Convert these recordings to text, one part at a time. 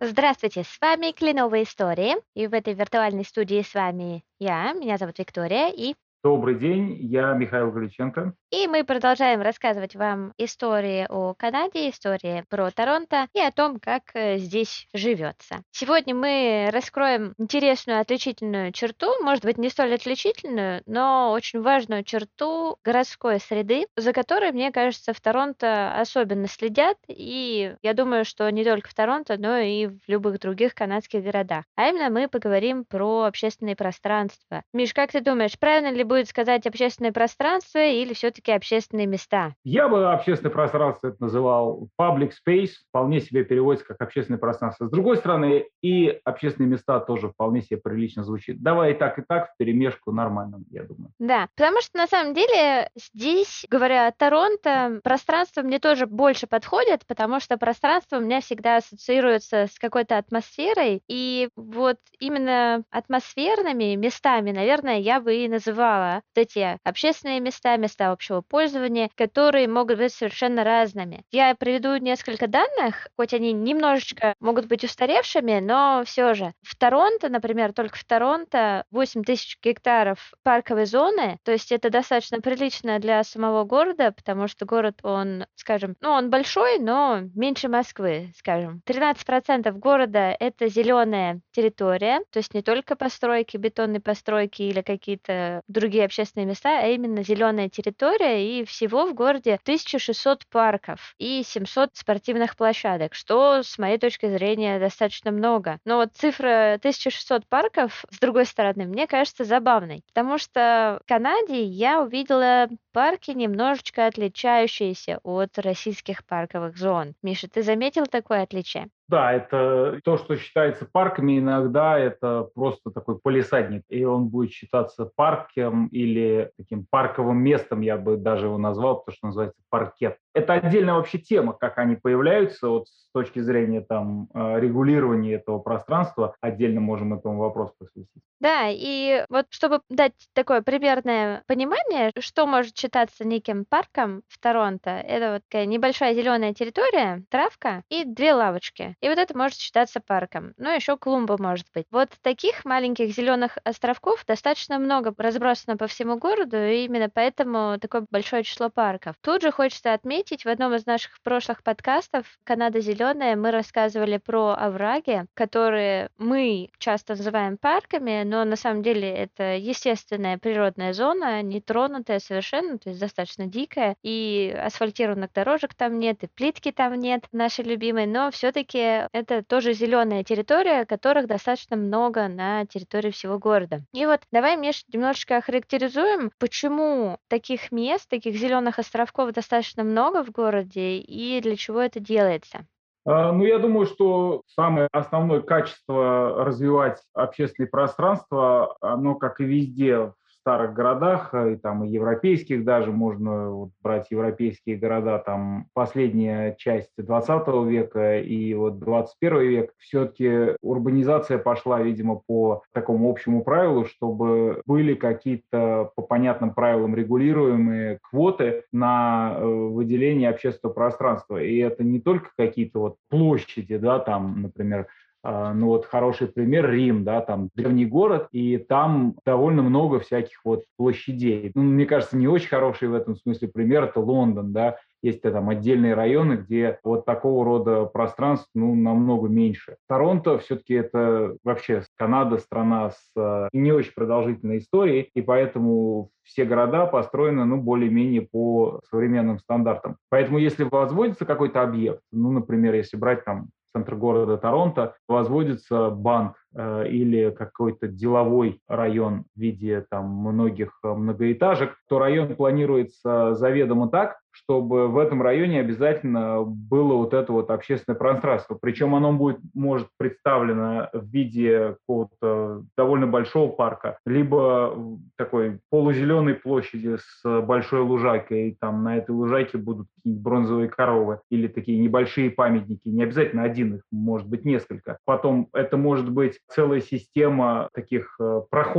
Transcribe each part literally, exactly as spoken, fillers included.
Здравствуйте, с вами Кленовые истории, и в этой виртуальной студии с вами я, меня зовут Виктория, и Добрый день, я Михаил Галиченко. И мы продолжаем рассказывать вам истории о Канаде, истории про Торонто и о том, как э, здесь живется. Сегодня мы раскроем интересную отличительную черту, может быть, не столь отличительную, но очень важную черту городской среды, за которой, мне кажется, в Торонто особенно следят, и я думаю, что не только в Торонто, но и в любых других канадских городах. А именно мы поговорим про общественные пространства. Миш, как ты думаешь, правильно ли будет сказать общественное пространство или все-таки общественные места? Я бы общественное пространство это называл public space, вполне себе переводится как общественное пространство. С другой стороны, и общественные места тоже вполне себе прилично звучит. Давай и так, и так, вперемешку нормально, я думаю. Да, потому что на самом деле здесь, говоря о Торонто, пространство мне тоже больше подходит, потому что пространство у меня всегда ассоциируется с какой-то атмосферой, и вот именно атмосферными местами, наверное, я бы и называла вот эти общественные места, места общего пользования, которые могут быть совершенно разными. Я приведу несколько данных, хоть они немножечко могут быть устаревшими, но все же. В Торонто, например, только в Торонто восемь тысяч гектаров парковой зоны, то есть это достаточно прилично для самого города, потому что город, он, скажем, ну, он большой, но меньше Москвы, скажем. тринадцать процентов города — это зеленая территория, то есть не только постройки, бетонные постройки или какие-то другие общественные места, а именно зеленая территория, и всего в городе тысяча шестьсот парков и семьсот спортивных площадок, что, с моей точки зрения, достаточно много. Но вот цифра тысяча шестьсот парков, с другой стороны, мне кажется забавной, потому что в Канаде я увидела парки, немножечко отличающиеся от российских парковых зон. Миша, ты заметил такое отличие? Да, это то, что считается парками, иногда это просто такой полисадник, и он будет считаться парком или таким парковым местом, я бы даже его назвал, потому что называется паркет. Это отдельная вообще тема, как они появляются, вот с точки зрения там э, регулирования этого пространства, отдельно можем этому вопросу посвятить. Да, и вот чтобы дать такое примерное понимание, что может считаться неким парком в Торонто, это вот такая небольшая зеленая территория, травка и две лавочки. И вот это может считаться парком. Ну, еще клумба может быть. Вот таких маленьких зеленых островков достаточно много разбросано по всему городу, и именно поэтому такое большое число парков. Тут же хочется отметить, в одном из наших прошлых подкастов «Канада зеленая» мы рассказывали про овраги, которые мы часто называем парками, но на самом деле это естественная природная зона, не тронутая совершенно, то есть достаточно дикая, и асфальтированных дорожек там нет, и плитки там нет, нашей любимой, но все-таки это тоже зеленая территория, которых достаточно много на территории всего города. И вот давай, Миш, немножечко охарактеризуем, почему таких мест, таких зеленых островков достаточно много в городе и для чего это делается. А, Ну, я думаю, что самое основное качество развивать общественное пространство, оно, как и везде в старых городах, э, и там и европейских даже, можно вот брать европейские города, там последняя часть двадцатого века и вот двадцать первый век, все-таки урбанизация пошла, видимо, по такому общему правилу, чтобы были какие-то по понятным правилам регулируемые квоты на э, выделение общественного пространства. И это не только какие-то вот площади, да, там, например, а, ну вот хороший пример Рим, да, там древний город, и там довольно много всяких вот площадей. Ну, мне кажется, не очень хороший в этом смысле пример — это Лондон, да, есть там отдельные районы, где вот такого рода пространств, ну, намного меньше. Торонто все-таки это вообще Канада, страна с э, не очень продолжительной историей, и поэтому все города построены, ну, более-менее по современным стандартам. Поэтому если возводится какой-то объект, ну, например, если брать там центр города Торонто, возводится банк э, или какой-то деловой район в виде там многих э, многоэтажек, то район планируется заведомо так, чтобы в этом районе обязательно было вот это вот общественное пространство. Причем оно будет, может представлено в виде какого-то довольно большого парка, либо такой полузеленой площади с большой лужайкой, и там на этой лужайке будут какие-нибудь бронзовые коровы или такие небольшие памятники, не обязательно один, их может быть несколько. Потом это может быть целая система таких э, проходов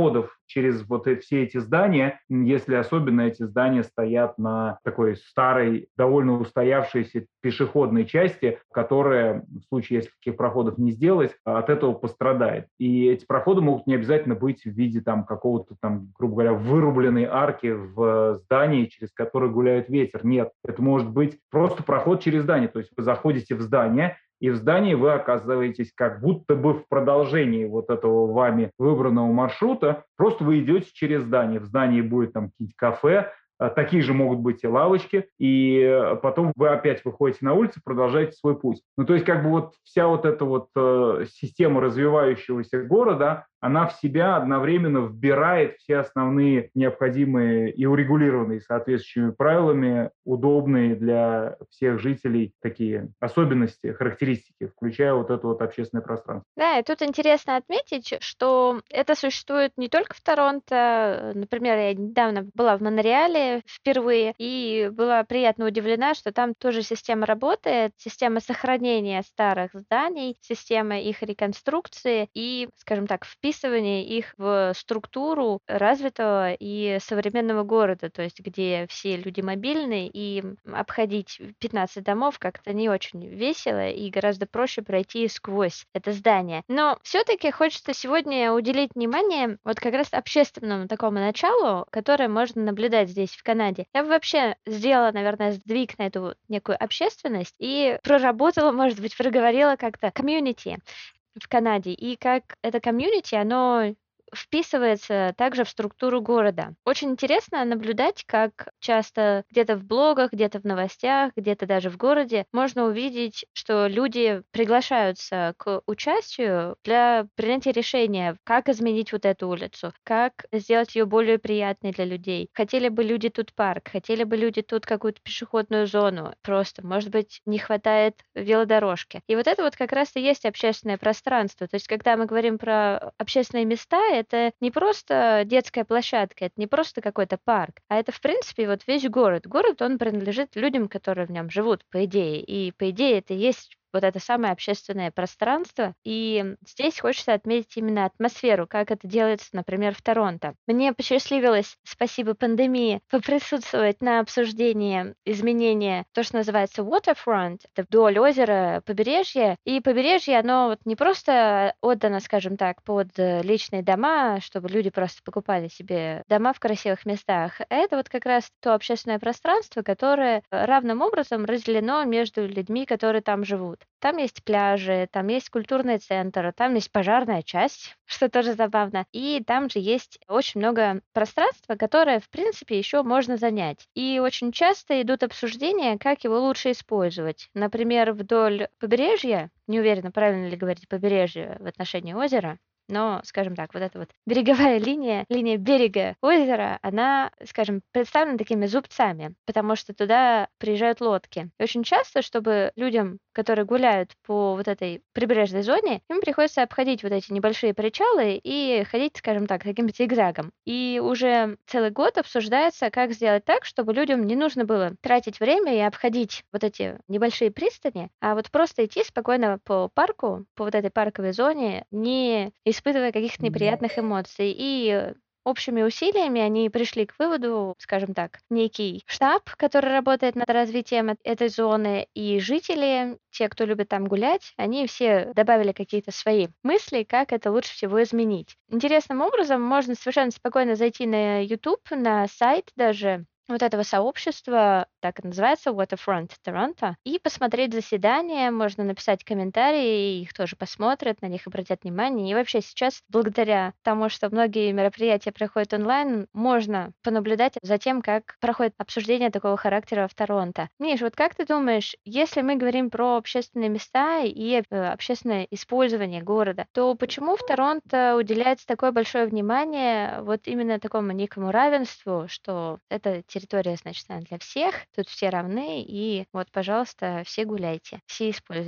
через вот э- все эти здания, если особенно эти здания стоят на такой старой, довольно устоявшейся пешеходной части, которая, в случае, если таких проходов не сделать, от этого пострадает. И эти проходы могут не обязательно быть в виде там какого-то там, грубо говоря, вырубленной арки в здании, через который гуляет ветер. Нет, это может быть просто проход через здание. То есть вы заходите в здание, и в здании вы оказываетесь как будто бы в продолжении вот этого вами выбранного маршрута. Просто вы идете через здание. В здании будет там какие-то кафе, а, такие же могут быть и лавочки, и э, потом вы опять выходите на улицу, продолжаете свой путь. Ну, то есть как бы вот вся вот эта вот э, система развивающегося города, она в себя одновременно вбирает все основные необходимые и урегулированные соответствующими правилами, удобные для всех жителей такие особенности, характеристики, включая вот это вот общественное пространство. Да, и тут интересно отметить, что это существует не только в Торонто. Например, я недавно была в Монреале впервые и была приятно удивлена, что там тоже система работает, система сохранения старых зданий, система их реконструкции и, скажем так, вписывания их в структуру развитого и современного города, то есть где все люди мобильны, и обходить пятнадцать домов как-то не очень весело и гораздо проще пройти сквозь это здание. Но все-таки хочется сегодня уделить внимание вот как раз общественному такому началу, которое можно наблюдать здесь, в Канаде. Я бы вообще сделала, наверное, сдвиг на эту вот некую общественность и проработала, может быть, проговорила как-то комьюнити в Канаде, и как это комьюнити, оно вписывается также в структуру города. Очень интересно наблюдать, как часто где-то в блогах, где-то в новостях, где-то даже в городе можно увидеть, что люди приглашаются к участию для принятия решения, как изменить вот эту улицу, как сделать ее более приятной для людей. Хотели бы люди тут парк, хотели бы люди тут какую-то пешеходную зону. Просто, может быть, не хватает велодорожки. И вот это вот как раз и есть общественное пространство. То есть, когда мы говорим про общественные места, это не просто детская площадка, это не просто какой-то парк, а это, в принципе, вот весь город. Город, он принадлежит людям, которые в нем живут, по идее. И, по идее, это и есть вот это самое общественное пространство. И здесь хочется отметить именно атмосферу, как это делается, например, в Торонто. Мне посчастливилось, спасибо пандемии, поприсутствовать на обсуждении изменения, то, что называется waterfront, это вдоль озера, побережье. И побережье, оно вот не просто отдано, скажем так, под э, личные дома, чтобы люди просто покупали себе дома в красивых местах. А это вот как раз то общественное пространство, которое э, равным образом разделено между людьми, которые там живут. Там есть пляжи, там есть культурный центр, там есть пожарная часть, что тоже забавно. И там же есть очень много пространства, которое, в принципе, еще можно занять. И очень часто идут обсуждения, как его лучше использовать. Например, вдоль побережья, не уверена, правильно ли говорить побережье в отношении озера, но, скажем так, вот эта вот береговая линия, линия берега озера, она, скажем, представлена такими зубцами, потому что туда приезжают лодки. И очень часто, чтобы людям, которые гуляют по вот этой прибрежной зоне, им приходится обходить вот эти небольшие причалы и ходить, скажем так, таким зигзагом. И уже целый год обсуждается, как сделать так, чтобы людям не нужно было тратить время и обходить вот эти небольшие пристани, а вот просто идти спокойно по парку, по вот этой парковой зоне, не испытывая каких-то неприятных эмоций. И общими усилиями они пришли к выводу, скажем так, некий штаб, который работает над развитием эт- этой зоны, и жители, те, кто любит там гулять, они все добавили какие-то свои мысли, как это лучше всего изменить. Интересным образом можно совершенно спокойно зайти на YouTube, на сайт даже вот этого сообщества, так и называется, Waterfront Toronto, и посмотреть заседания, можно написать комментарии, их тоже посмотрят, на них обратят внимание. И вообще сейчас, благодаря тому, что многие мероприятия проходят онлайн, можно понаблюдать за тем, как проходит обсуждение такого характера в Торонто. Миш, вот как ты думаешь, если мы говорим про общественные места и э, общественное использование города, то почему в Торонто уделяется такое большое внимание вот именно такому некому равенству, что это территория, значит, она для всех, тут все равны, и вот, пожалуйста, все гуляйте, все используйте.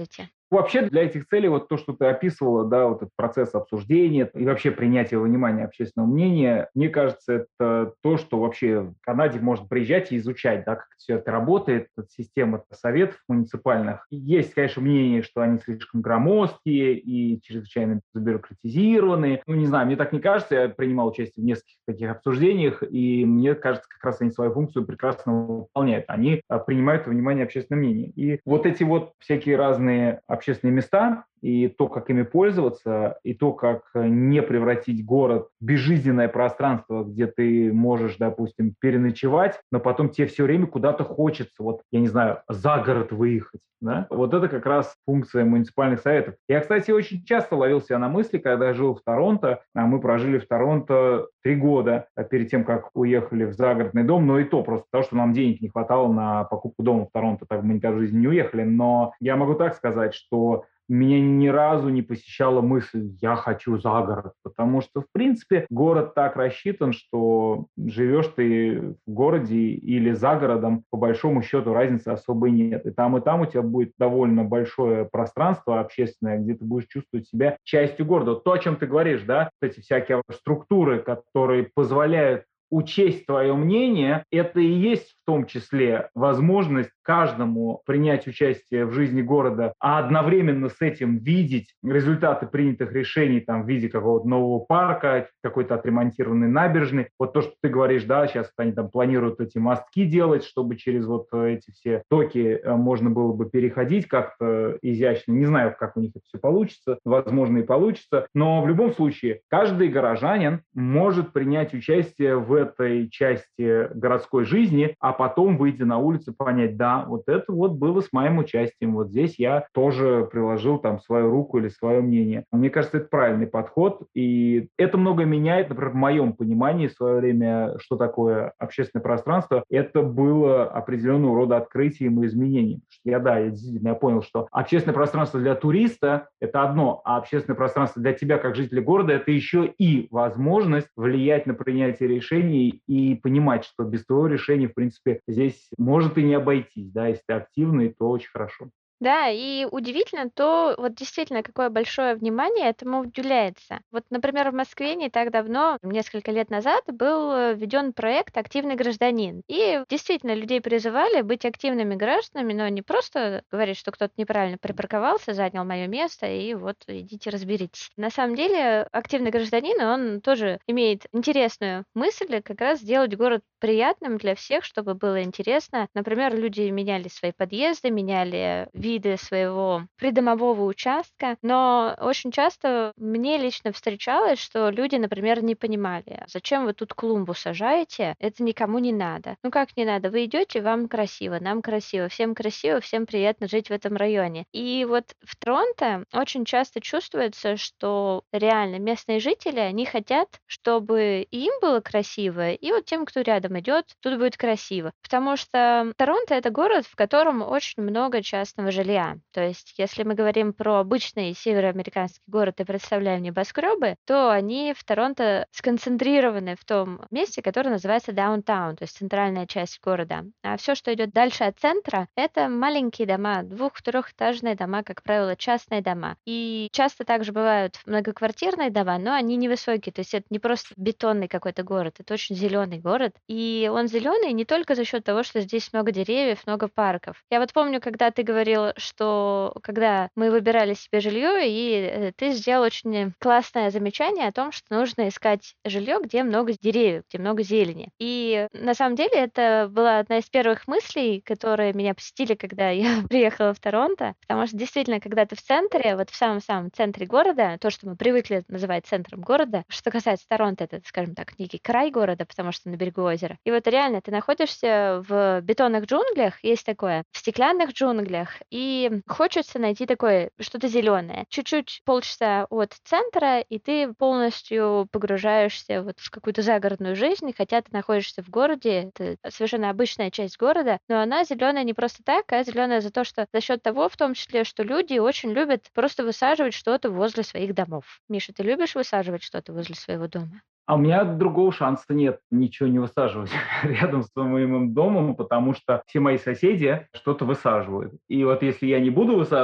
Вообще для этих целей вот то, что ты описывала, да, вот этот процесс обсуждения и вообще принятия во внимание общественного мнения, мне кажется, это то, что вообще в Канаде можно приезжать и изучать, да, как все это работает, эта система советов муниципальных. И есть, конечно, мнение, что они слишком громоздкие и чрезвычайно забюрократизированы. Ну, не знаю, мне так не кажется, я принимал участие в нескольких таких обсуждениях, и мне кажется, как раз они свою функцию прекрасно выполняют. Они а, принимают во внимание общественное мнение. И вот эти вот всякие разные общественные места, и то, как ими пользоваться, и то, как не превратить город в безжизненное пространство, где ты можешь, допустим, переночевать, но потом тебе все время куда-то хочется, вот, я не знаю, за город выехать. Да? Вот это как раз функция муниципальных советов. Я, кстати, очень часто ловил себя на мысли, когда я жил в Торонто, а мы прожили в Торонто три года перед тем, как уехали в загородный дом, но и то просто потому, что нам денег не хватало на покупку дома в Торонто, так мы никогда в жизни не уехали. Но я могу так сказать, что меня ни разу не посещала мысль «я хочу за город», потому что, в принципе, город так рассчитан, что живешь ты в городе или за городом, по большому счету разницы особой нет. И там, и там у тебя будет довольно большое пространство общественное, где ты будешь чувствовать себя частью города. Вот то, о чем ты говоришь, да, эти всякие структуры, которые позволяют учесть твое мнение, это и есть в том числе возможность каждому принять участие в жизни города, а одновременно с этим видеть результаты принятых решений там, в виде какого-то нового парка, какой-то отремонтированной набережной. Вот то, что ты говоришь, да, сейчас они там планируют эти мостки делать, чтобы через вот эти все токи можно было бы переходить как-то изящно. Не знаю, как у них это все получится, возможно и получится, но в любом случае каждый горожанин может принять участие в этой части городской жизни, а потом выйти на улицу, понять, да, вот это вот было с моим участием, вот здесь я тоже приложил там свою руку или свое мнение. Мне кажется, это правильный подход, и это много меняет, например, в моем понимании в свое время, что такое общественное пространство, это было определенного рода открытием и изменением. Я, да, я действительно я понял, что общественное пространство для туриста – это одно, а общественное пространство для тебя, как жителя города, это еще и возможность влиять на принятие решений и понимать, что без твоего решения, в принципе, здесь может и не обойтись, да, если ты активный, то очень хорошо. Да, и удивительно то, вот действительно, какое большое внимание этому уделяется. Вот, например, в Москве не так давно, несколько лет назад, был введен проект «Активный гражданин». И действительно, людей призывали быть активными гражданами, но не просто говорить, что кто-то неправильно припарковался, занял мое место, и вот идите разберитесь. На самом деле, активный гражданин, он тоже имеет интересную мысль, как раз сделать город приятным для всех, чтобы было интересно. Например, люди меняли свои подъезды, меняли виды своего придомового участка, но очень часто мне лично встречалось, что люди, например, не понимали, зачем вы тут клумбу сажаете, это никому не надо. Ну как не надо? Вы идете, вам красиво, нам красиво, всем красиво, всем приятно жить в этом районе. И вот в Торонто очень часто чувствуется, что реально местные жители, они хотят, чтобы и им было красиво, и вот тем, кто рядом идет, тут будет красиво. Потому что Торонто — это город, в котором очень много частного жилья. То есть, если мы говорим про обычный североамериканский город и представляем небоскребы, то они в Торонто сконцентрированы в том месте, которое называется даунтаун, то есть центральная часть города. А все, что идет дальше от центра, это маленькие дома, двух-трехэтажные дома, как правило, частные дома. И часто также бывают многоквартирные дома, но они невысокие, то есть это не просто бетонный какой-то город, это очень зеленый город. И он зеленый не только за счет того, что здесь много деревьев, много парков. Я вот помню, когда ты говорил, что когда мы выбирали себе жилье, и э, ты сделал очень классное замечание о том, что нужно искать жилье, где много деревьев, где много зелени. И на самом деле это была одна из первых мыслей, которые меня посетили, когда я приехала в Торонто, потому что действительно, когда ты в центре, вот в самом-самом центре города, то, что мы привыкли называть центром города, что касается Торонто, это, скажем так, некий край города, потому что на берегу озера. И вот реально ты находишься в бетонных джунглях, есть такое, в стеклянных джунглях, и хочется найти такое что-то зеленое. Чуть-чуть полчаса от центра, и ты полностью погружаешься вот в какую-то загородную жизнь, хотя ты находишься в городе, это совершенно обычная часть города, но она зеленая не просто так, а зеленая за то, что за счет того, в том числе, что люди очень любят просто высаживать что-то возле своих домов. Миша, ты любишь высаживать что-то возле своего дома? А у меня другого шанса нет ничего не высаживать рядом с моим домом, потому что все мои соседи что-то высаживают. И вот если я не буду высаживать,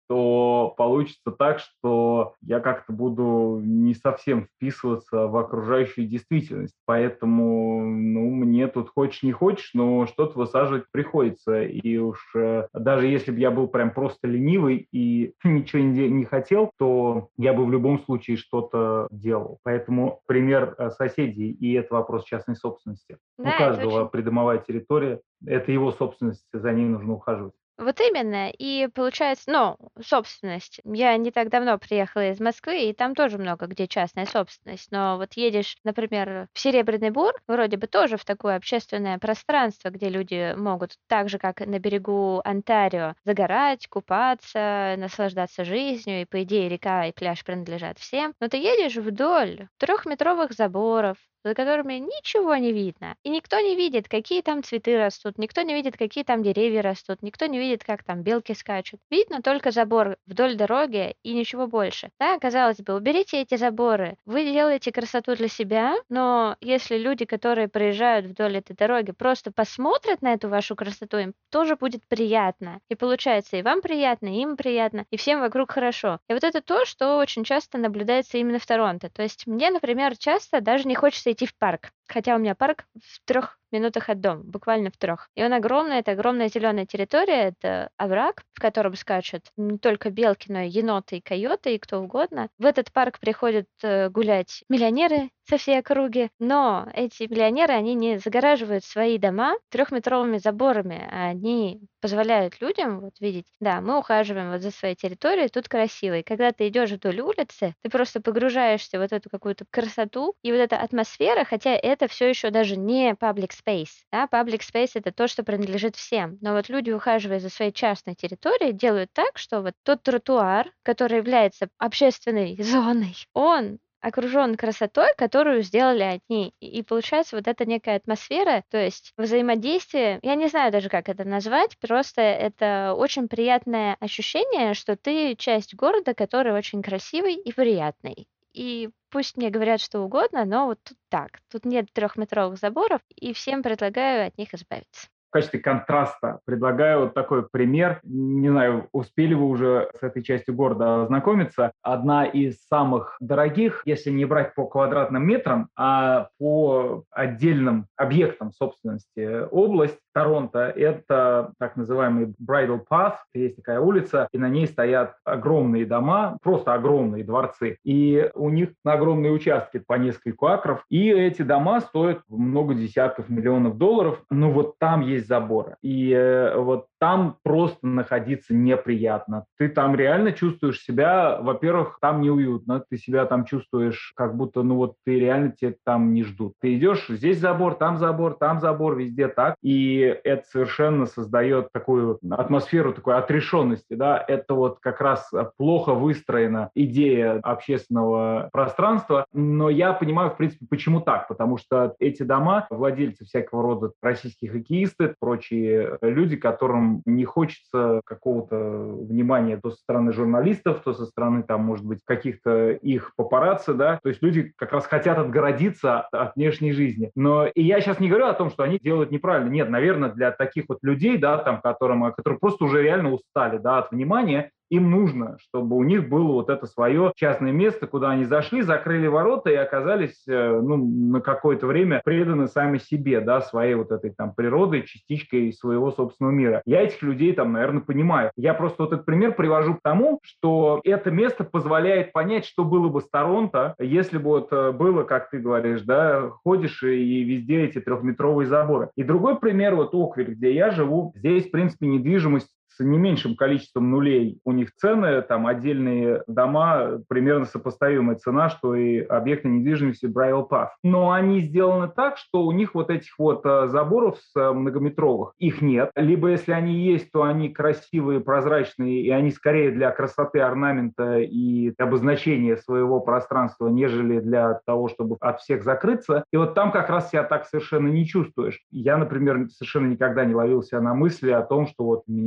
то получится так, что я как-то буду не совсем вписываться в окружающую действительность. Поэтому, ну, мне тут хочешь не хочешь, но что-то высаживать приходится. И уж э, даже если бы я был прям просто ленивый и ничего не, не хотел, то я бы в любом случае что-то делал. Поэтому пример э, соседей, и это вопрос частной собственности. У Да, это каждого очень придомовая территория, это его собственность, за ней нужно ухаживать. вот именно. И получается, ну, собственность. Я не так давно приехала из Москвы, и там тоже много где частная собственность. Но вот едешь, например, в Серебряный Бор, вроде бы тоже в такое общественное пространство, где люди могут так же, как и на берегу Онтарио, загорать, купаться, наслаждаться жизнью, и, по идее, река и пляж принадлежат всем. Но ты едешь вдоль трехметровых заборов, за которыми ничего не видно. И никто не видит, какие там цветы растут, никто не видит, какие там деревья растут, никто не видит, как там белки скачут. Видно только забор вдоль дороги и ничего больше. Да, казалось бы, уберите эти заборы. Вы делаете красоту для себя, но если люди, которые проезжают вдоль этой дороги, просто посмотрят на эту вашу красоту, им тоже будет приятно. И получается, и вам приятно, и им приятно, и всем вокруг хорошо. И вот это то, что очень часто наблюдается именно в Торонто. То есть мне, например, часто даже не хочется идти в парк. Хотя у меня парк в трех минутах от дома, буквально в трех. И он огромный, это огромная зеленая территория, это овраг, в котором скачут не только белки, но и еноты, и койоты, и кто угодно. В этот парк приходят э, гулять миллионеры со всей округи, но эти миллионеры, они не загораживают свои дома трехметровыми заборами, а они позволяют людям вот видеть, да, мы ухаживаем вот за своей территорией, тут красиво. И когда ты идешь вдоль улицы, ты просто погружаешься в вот эту какую-то красоту и вот эта атмосфера, хотя это все еще даже не public space. Да? Public space — это то, что принадлежит всем. Но вот люди, ухаживая за своей частной территорией, делают так, что вот тот тротуар, который является общественной зоной, он окружен красотой, которую сделали одни. И и получается вот эта некая атмосфера, то есть взаимодействие, я не знаю даже, как это назвать, просто это очень приятное ощущение, что ты часть города, который очень красивый и приятный. И пусть мне говорят что угодно, но вот тут так. Тут нет трехметровых заборов, и всем предлагаю от них избавиться. В качестве контраста предлагаю вот такой пример. Не знаю, успели вы уже с этой частью города ознакомиться. Одна из самых дорогих, если не брать по квадратным метрам, а по отдельным объектам собственности, область Торонто — это так называемый Bridle Path. Есть такая улица, и на ней стоят огромные дома, просто огромные дворцы. И у них на огромные участки по несколько акров. И эти дома стоят много десятков миллионов долларов. Но вот там есть заборы. И э, вот там просто находиться неприятно. Ты там реально чувствуешь себя, во-первых, там неуютно, ты себя там чувствуешь, как будто, ну вот ты реально тебя там не ждут. Ты идешь, здесь забор, там забор, там забор, везде так. И это совершенно создает такую атмосферу такой отрешенности, да. Это вот как раз плохо выстроена идея общественного пространства. Но я понимаю, в принципе, почему так. Потому что эти дома, владельцы всякого рода российских хоккеисты, прочие люди, которым не хочется какого-то внимания то со стороны журналистов, то со стороны, там, может быть, каких-то их папарацци, да, то есть люди как раз хотят отгородиться от внешней жизни. Но и я сейчас не говорю о том, что они делают неправильно. Нет, наверное, для таких вот людей, да, там, которым, которые просто уже реально устали, да, от внимания, им нужно, чтобы у них было вот это свое частное место, куда они зашли, закрыли ворота и оказались, ну, на какое-то время преданы сами себе, да, своей вот этой там природой, частичкой своего собственного мира. Я этих людей там, наверное, понимаю. Я просто вот этот пример привожу к тому, что это место позволяет понять, что было бы с Торонто, если бы вот было, как ты говоришь, да, ходишь и везде эти трехметровые заборы. И другой пример, вот Оквиль, где я живу, здесь, в принципе, недвижимость с не меньшим количеством нулей. У них цены, там отдельные дома, примерно сопоставимая цена, что и объекты недвижимости Bridle Path. Но они сделаны так, что у них вот этих вот заборов с многометровых, их нет. Либо если они есть, то они красивые, прозрачные, и они скорее для красоты, орнамента и обозначения своего пространства, нежели для того, чтобы от всех закрыться. И вот там как раз себя так совершенно не чувствуешь. Я, например, совершенно никогда не ловил себя на мысли о том, что вот меня здесь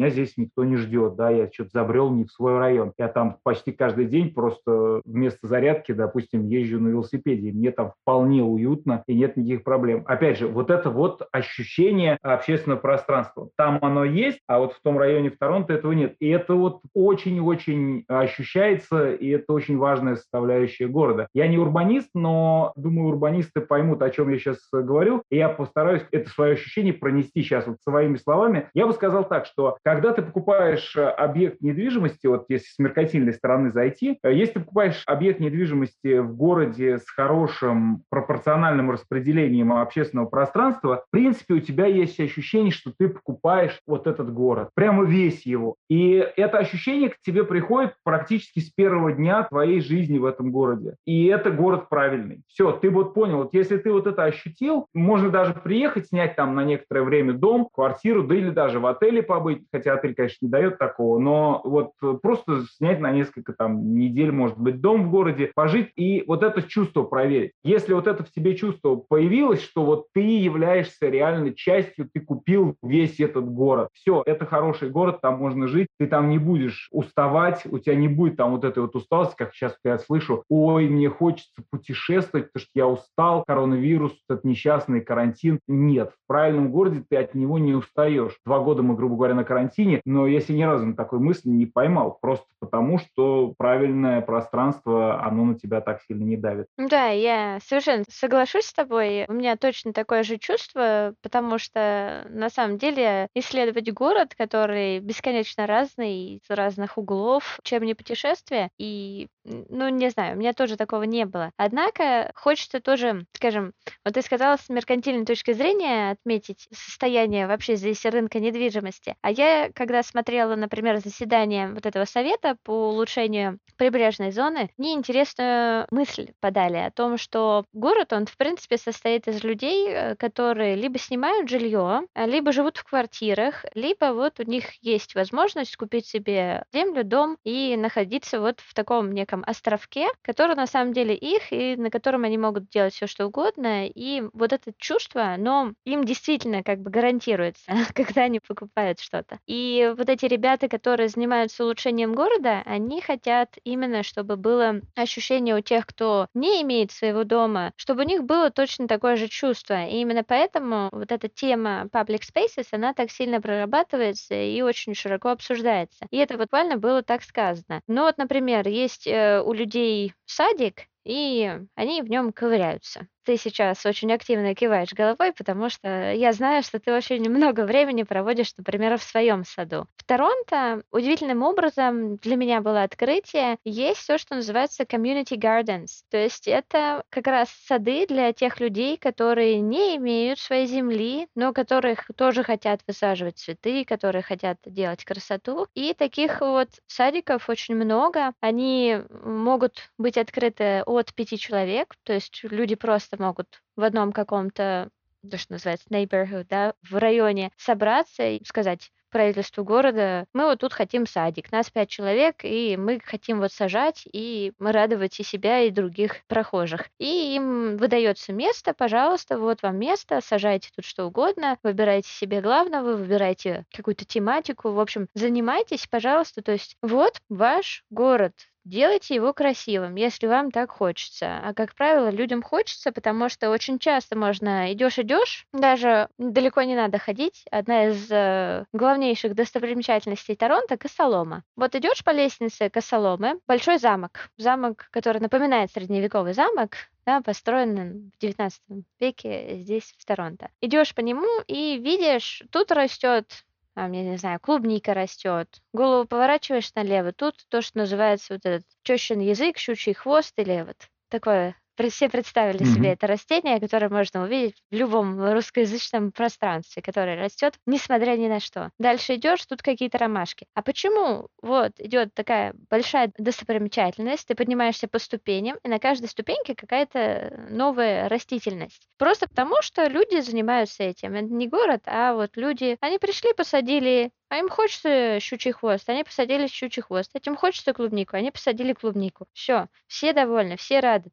никто не ждет, да, я что-то забрел не в свой район. Я там почти каждый день просто вместо зарядки, допустим, езжу на велосипеде, и мне там вполне уютно и нет никаких проблем. Опять же, вот это вот ощущение общественного пространства. Там оно есть, а вот в том районе в Торонто этого нет. И это вот очень-очень ощущается, и это очень важная составляющая города. Я не урбанист, но думаю, урбанисты поймут, о чем я сейчас говорю, и я постараюсь это свое ощущение пронести сейчас вот своими словами. Я бы сказал так, что когда ты покупаешь объект недвижимости, вот если с меркантильной стороны зайти, если ты покупаешь объект недвижимости в городе с хорошим пропорциональным распределением общественного пространства, в принципе, у тебя есть ощущение, что ты покупаешь вот этот город, прямо весь его. И это ощущение к тебе приходит практически с первого дня твоей жизни в этом городе. И это город правильный. Все, ты вот понял, вот если ты вот это ощутил, можно даже приехать, снять там на некоторое время дом, квартиру, да или даже в отеле побыть, хотя отель, конечно, не дает такого, но вот просто снять на несколько там недель, может быть, дом в городе, пожить и вот это чувство проверить. Если вот это в тебе чувство появилось, что вот ты являешься реально частью, ты купил весь этот город. Все, это хороший город, там можно жить, ты там не будешь уставать, у тебя не будет там вот этой вот усталости, как сейчас я слышу, ой, мне хочется путешествовать, потому что я устал, коронавирус, этот несчастный карантин. Нет, в правильном городе ты от него не устаешь. Два года мы, грубо говоря, на карантине, но я себе ни разу на такой мысли не поймал, просто потому что правильное пространство, оно на тебя так сильно не давит. Да, я совершенно соглашусь с тобой. У меня точно такое же чувство, потому что на самом деле исследовать город, который бесконечно разный, с разных углов, чем не путешествие, и, м, ну, не знаю, у меня тоже такого не было. Однако хочется тоже, скажем, вот ты сказала с меркантильной точки зрения отметить состояние вообще здесь рынка недвижимости. А я, когда смотрела, например, заседание вот этого совета по улучшению прибрежной зоны, мне интересную мысль подали о том, что город, он, в принципе, состоит из людей, э, которые либо снимают жилье, а, либо живут в квартирах, либо вот у них есть возможность купить себе землю, дом и находиться вот в таком неком островке, который на самом деле их, и на котором они могут делать все, что угодно. И вот это чувство, оно им действительно как бы гарантируется, когда они покупают что-то. И вот эти ребята, которые занимаются улучшением города, они хотят именно, чтобы было ощущение у тех, кто не имеет своего дома, чтобы у них было точно такое же чувство. И именно поэтому вот эта тема public spaces, она так сильно прорабатывается и очень широко обсуждается. И это буквально было так сказано. Ну вот, например, есть э, у людей садик, и они в нем ковыряются. Ты сейчас очень активно киваешь головой, потому что я знаю, что ты очень много времени проводишь, например, в своем саду. В Торонто удивительным образом для меня было открытие. Есть то, что называется community gardens. То есть это как раз сады для тех людей, которые не имеют своей земли, но которых тоже хотят высаживать цветы, которые хотят делать красоту. И таких вот садиков очень много. Они могут быть открыты от пяти человек, то есть люди просто могут в одном каком-то, то, что называется neighborhood, да, в районе собраться и сказать правительству города, мы вот тут хотим садик, нас пять человек, и мы хотим вот сажать, и мы радовать и себя, и других прохожих. И им выдается место, пожалуйста, вот вам место, сажайте тут что угодно, выбирайте себе главного, выбирайте какую-то тематику, в общем, занимайтесь, пожалуйста, то есть вот ваш город, делайте его красивым, если вам так хочется. А как правило, людям хочется, потому что очень часто можно идешь идешь, даже далеко не надо ходить. Одна из э, главнейших достопримечательностей Торонто — Косолома. Вот идешь по лестнице Косоломы, большой замок, замок, который напоминает средневековый замок, да, построен в девятнадцатом веке здесь, в Торонто. Идешь по нему и видишь, тут растет, там, я не знаю, клубника растет, голову поворачиваешь налево, тут то, что называется вот этот тещин язык, щучий хвост или вот такое. Пре- Все представили себе Мгм. это растение, которое можно увидеть в любом русскоязычном пространстве, которое растет, несмотря ни на что. Дальше идешь, тут какие-то ромашки. А почему вот идет такая большая достопримечательность, ты поднимаешься по ступеням, и на каждой ступеньке какая-то новая растительность? Просто потому, что люди занимаются этим. Это не город, а вот люди, они пришли, посадили, а им хочется щучий хвост, они посадили щучий хвост. Этим хочется клубнику, они посадили клубнику. Все, все довольны, все рады. Ты идешь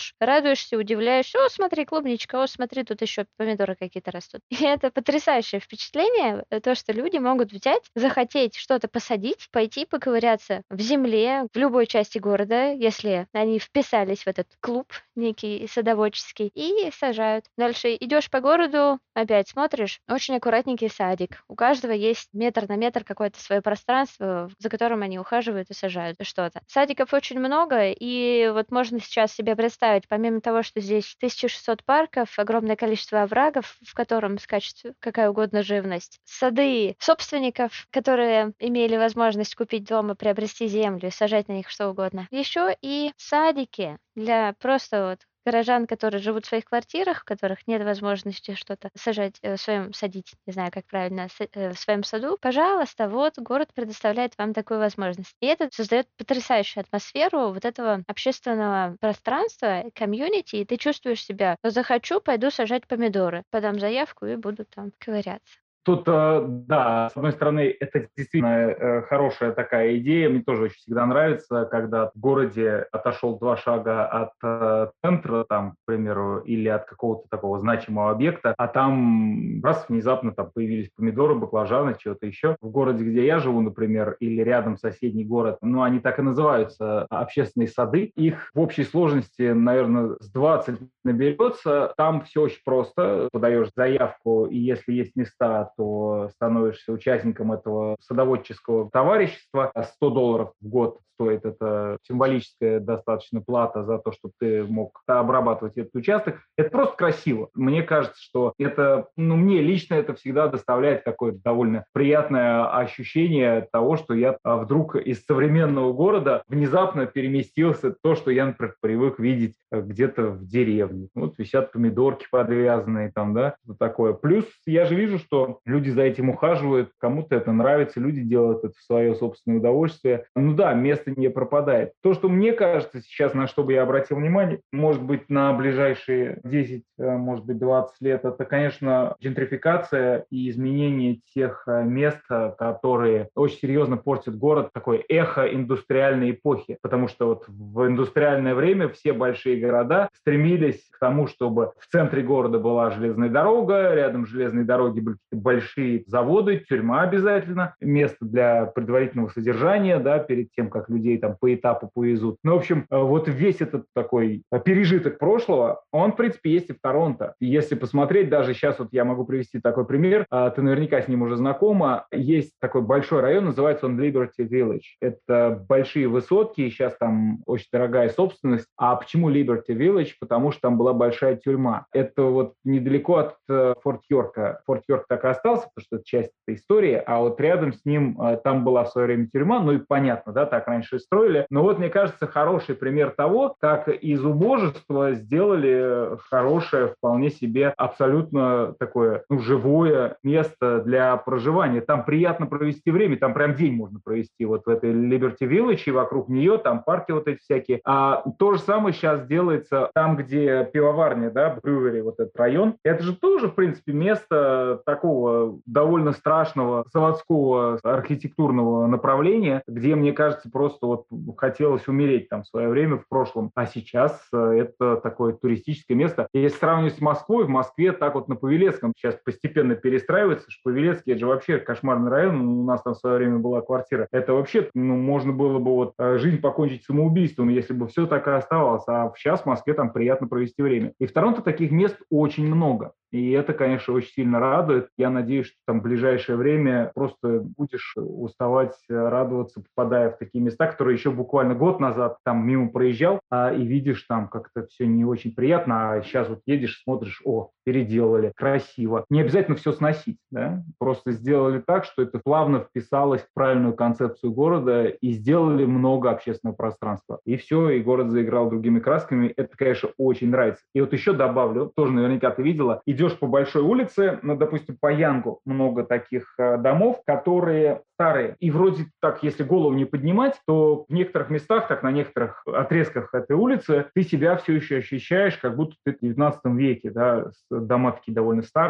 идешь, радуешься, удивляешься: о, смотри, клубничка, о, смотри, тут еще помидоры какие-то растут. И это потрясающее впечатление, э, то, что люди могут взять, захотеть что-то посадить, пойти поковыряться в земле в любой части города, если они вписались в этот клуб некий садоводческий, и сажают. Дальше идешь по городу, опять смотришь, очень аккуратненький садик. У каждого есть метр на метр какое-то свое пространство, за которым они ухаживают и сажают что-то. Садиков очень много, и вот можно сейчас себе представить, помимо того, что здесь тысяча шестьсот парков, огромное количество оврагов, в котором скачет какая угодно живность, сады собственников, которые имели возможность купить дом и приобрести землю и сажать на них что угодно. Еще и садики для просто вот горожан, которые живут в своих квартирах, в которых нет возможности что-то сажать, э, в своем садить, не знаю, как правильно, с- э, в своем саду, пожалуйста, вот город предоставляет вам такую возможность. И это создает потрясающую атмосферу вот этого общественного пространства, комьюнити, и ты чувствуешь себя: «Ну, захочу, пойду сажать помидоры, подам заявку и буду там ковыряться». Тут, э, да, с одной стороны, это действительно э, хорошая такая идея. Мне тоже очень всегда нравится, когда в городе отошел два шага от э, центра, там, к примеру, или от какого-то такого значимого объекта, а там раз внезапно там появились помидоры, баклажаны, чего-то еще. В городе, где я живу, например, или рядом соседний город, ну, они так и называются, общественные сады. Их в общей сложности, наверное, с двадцать наберется. Там все очень просто. Подаешь заявку, и если есть места, то становишься участником этого садоводческого товарищества. сто долларов в год стоит, это символическая достаточно плата за то, чтобы ты мог обрабатывать этот участок. Это просто красиво. Мне кажется, что это, ну, мне лично это всегда доставляет такое довольно приятное ощущение того, что я а, вдруг из современного города внезапно переместился в то, что я, например, привык видеть э, где-то в деревне. Вот висят помидорки подвязанные там, да, вот такое. Плюс я же вижу, что люди за этим ухаживают, кому-то это нравится, люди делают это в свое собственное удовольствие. Ну да, место не пропадает. То, что мне кажется сейчас, на что бы я обратил внимание, может быть, на ближайшие десять, э, может быть, двадцать лет, это, конечно, джентрификация и изменение тех э, мест, э, которые очень серьезно портят город, такое эхо индустриальной эпохи. Потому что вот в индустриальное время все большие города стремились к тому, чтобы в центре города была железная дорога, рядом с железной дороги были большие заводы, тюрьма обязательно, место для предварительного содержания, да, перед тем, как людей там по этапу повезут. Ну, в общем, вот весь этот такой пережиток прошлого, он, в принципе, есть и в Торонто. Если посмотреть, даже сейчас вот я могу привести такой пример, ты наверняка с ним уже знакома, есть такой большой район, называется он Liberty Village. Это большие высотки, и сейчас там очень дорогая собственность. А почему Liberty Village? Потому что там была большая тюрьма. Это вот недалеко от Форт Йорка. Форт Йорк так и остался, потому что это часть этой истории, а вот рядом с ним там была в свое время тюрьма, ну и понятно, да, так раньше и строили. Но вот, мне кажется, хороший пример того, как из убожества сделали хорошее, вполне себе абсолютно такое, ну, живое место для проживания. Там приятно провести время, там прям день можно провести вот в этой Liberty Village, и вокруг нее там парки вот эти всякие. А то же самое сейчас делается там, где пивоварня, да, брювери, вот этот район. Это же тоже, в принципе, место такого довольно страшного заводского архитектурного направления, где, мне кажется, просто вот хотелось умереть там в свое время, в прошлом. А сейчас это такое туристическое место. Если сравнивать с Москвой, в Москве так вот на Павелецком сейчас постепенно перестраивается, что Павелецкий — это же вообще кошмарный район, у нас там в свое время была квартира. Это вообще, ну, можно было бы вот жизнь покончить самоубийством, если бы все так и оставалось. А сейчас в Москве там приятно провести время. И в Торонто таких мест очень много. И это, конечно, очень сильно радует. Я надеюсь, что там в ближайшее время просто будешь уставать, радоваться, попадая в такие места, которые еще буквально год назад там мимо проезжал, а, и видишь там как-то все не очень приятно, а сейчас вот едешь, смотришь, о, переделали, красиво. Не обязательно все сносить, да? Просто сделали так, что это плавно вписалось в правильную концепцию города и сделали много общественного пространства. И все, и город заиграл другими красками. Это, конечно, очень нравится. И вот еще добавлю, тоже наверняка ты видела, идешь по большой улице, ну, допустим, по Янгу много таких э, домов, которые старые. И вроде так, если голову не поднимать, то в некоторых местах, так на некоторых отрезках этой улицы, ты себя все еще ощущаешь, как будто ты в девятнадцатом веке, да, дома такие довольно старые,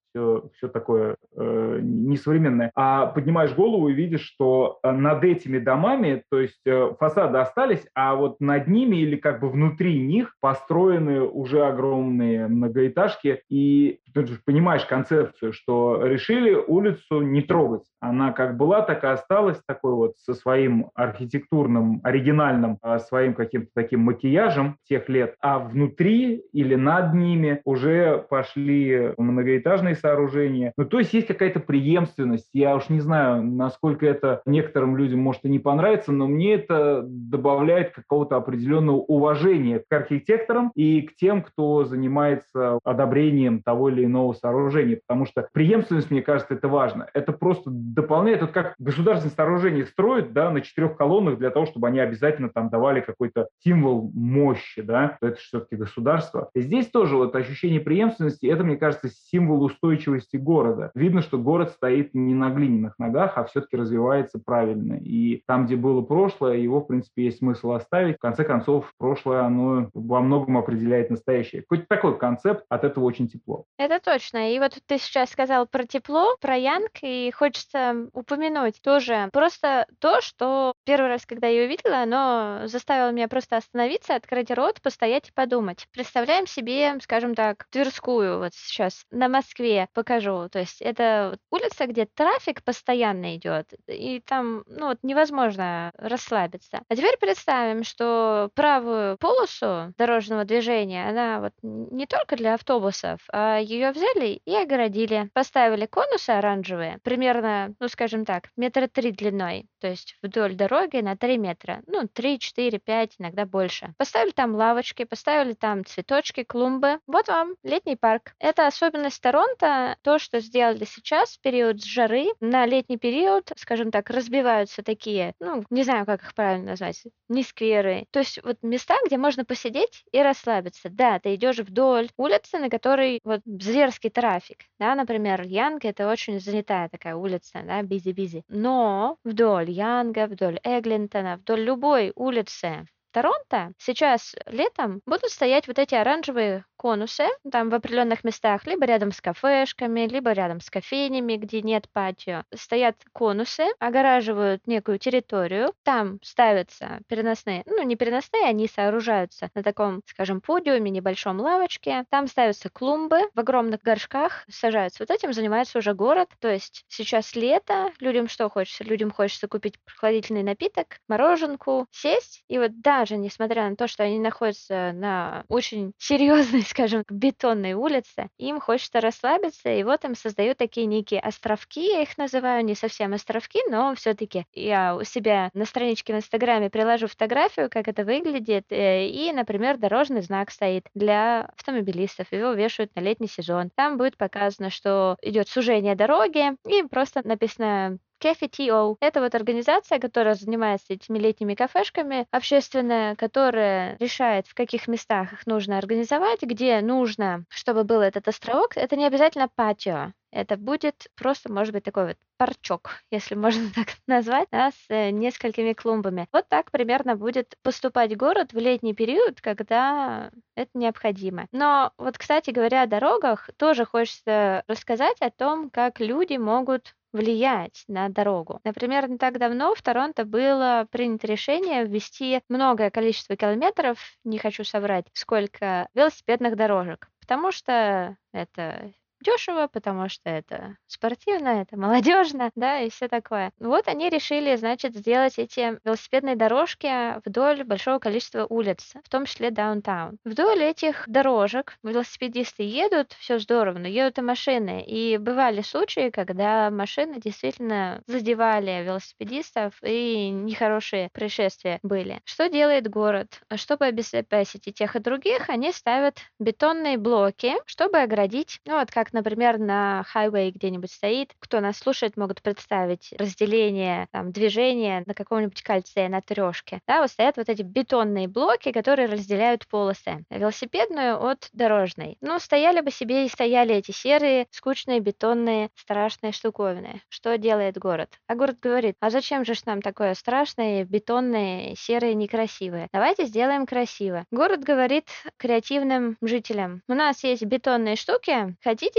все, все такое э, несовременное. А поднимаешь голову и видишь, что э, над этими домами, то есть э, фасады остались, а вот над ними или как бы внутри них построены уже огромные многоэтажки. И ты же понимаешь концепцию, что решили улицу не трогать. Она как была, так и осталась такой вот со своим архитектурным, оригинальным, а, своим каким-то таким макияжем тех лет. А внутри или над ними уже пошли многоэтажные сооружения. Ну, то есть есть какая-то преемственность. Я уж не знаю, насколько это некоторым людям может и не понравится, но мне это добавляет какого-то определенного уважения к архитекторам и к тем, кто занимается одобрением того или иного сооружения. Потому что преемственность, мне кажется, это важно. Это просто дополняет, вот как государственные сооружения строят, да, на четырех колоннах для того, чтобы они обязательно там давали какой-то символ мощи, да, то это все-таки государство. И здесь тоже вот ощущение преемственности, это, мне кажется, символ устойчивости города. Видно, что город стоит не на глиняных ногах, а все-таки развивается правильно. И там, где было прошлое, его, в принципе, есть смысл оставить. В конце концов, прошлое, оно во многом определяет настоящее. Какой-то такой концепт, от этого очень тепло. Это точно. И вот ты сейчас сказал про тепло, про Янг, и хочется упомянуть тоже просто то, что первый раз, когда я увидела, оно заставило меня просто остановиться, открыть рот, постоять и подумать. Представляем себе, скажем так, Тверскую, вот сейчас на Москве покажу. То есть это вот улица, где трафик постоянно идет, и там, ну вот невозможно расслабиться. А теперь представим, что правую полосу дорожного движения, она вот не только для автобусов, а ее взяли и огородили. Поставили конусы оранжевые, примерно, ну скажем так, метра три длиной, то есть вдоль дороги на три метра, ну три, четыре, пять, иногда больше. Поставили там лавочки, поставили там цветочки, клумбы. Вот вам летний парк. Это особенность Торонто, то, что сделали сейчас в период жары. На летний период, скажем так, разбиваются такие, ну, не знаю, как их правильно назвать, не скверы. То есть вот места, где можно посидеть и расслабиться. Да, ты идешь вдоль улицы, на которой вот зверский трафик. Да, например, Янг — это очень занятая такая улица, да, бизи-бизи. Но вдоль Янга, вдоль Эглинтона, вдоль любой улицы Торонто сейчас летом будут стоять вот эти оранжевые конусы, там в определенных местах, либо рядом с кафешками, либо рядом с кофейнями, где нет патио. Стоят конусы, огораживают некую территорию, там ставятся переносные, ну не переносные, они сооружаются на таком, скажем, подиуме, небольшом лавочке, там ставятся клумбы, в огромных горшках сажаются. Вот этим занимается уже город, то есть сейчас лето, людям что хочется? Людям хочется купить прохладительный напиток, мороженку, сесть, и вот даже несмотря на то, что они находятся на очень серьезной, скажем, бетонной улице, им хочется расслабиться, и вот им создают такие некие островки, я их называю, не совсем островки, но все-таки я у себя на страничке в Инстаграме приложу фотографию, как это выглядит, э, и, например, дорожный знак стоит для автомобилистов, его вешают на летний сезон. Там будет показано, что идет сужение дороги, и просто написано Cafe ти о. Это вот организация, которая занимается этими летними кафешками, общественная, которая решает, в каких местах их нужно организовать, где нужно, чтобы был этот островок. Это не обязательно патио. Это будет просто, может быть, такой вот парчок, если можно так назвать, да, с э, несколькими клумбами. Вот так примерно будет поступать город в летний период, когда это необходимо. Но вот, кстати говоря, о дорогах тоже хочется рассказать о том, как люди могут влиять на дорогу. Например, не так давно в Торонто было принято решение ввести многое количество километров, не хочу соврать, сколько велосипедных дорожек, потому что это дешево, потому что это спортивно, это молодежно, да, и все такое. Вот они решили, значит, сделать эти велосипедные дорожки вдоль большого количества улиц, в том числе даунтаун. Вдоль этих дорожек велосипедисты едут, все здорово, но едут и машины. И бывали случаи, когда машины действительно задевали велосипедистов, и нехорошие происшествия были. Что делает город? Чтобы обезопасить и тех, и других, они ставят бетонные блоки, чтобы оградить, ну вот как, например, на хайвей где-нибудь стоит, кто нас слушает, могут представить разделение там, движения на каком-нибудь кольце, на трешке. Да, вот стоят вот эти бетонные блоки, которые разделяют полосы, велосипедную от дорожной. Ну, стояли бы себе и стояли эти серые, скучные, бетонные, страшные штуковины. Что делает город? А город говорит, а зачем же ж нам такое страшное, бетонное, серое, некрасивое? Давайте сделаем красиво. Город говорит креативным жителям, у нас есть бетонные штуки, хотите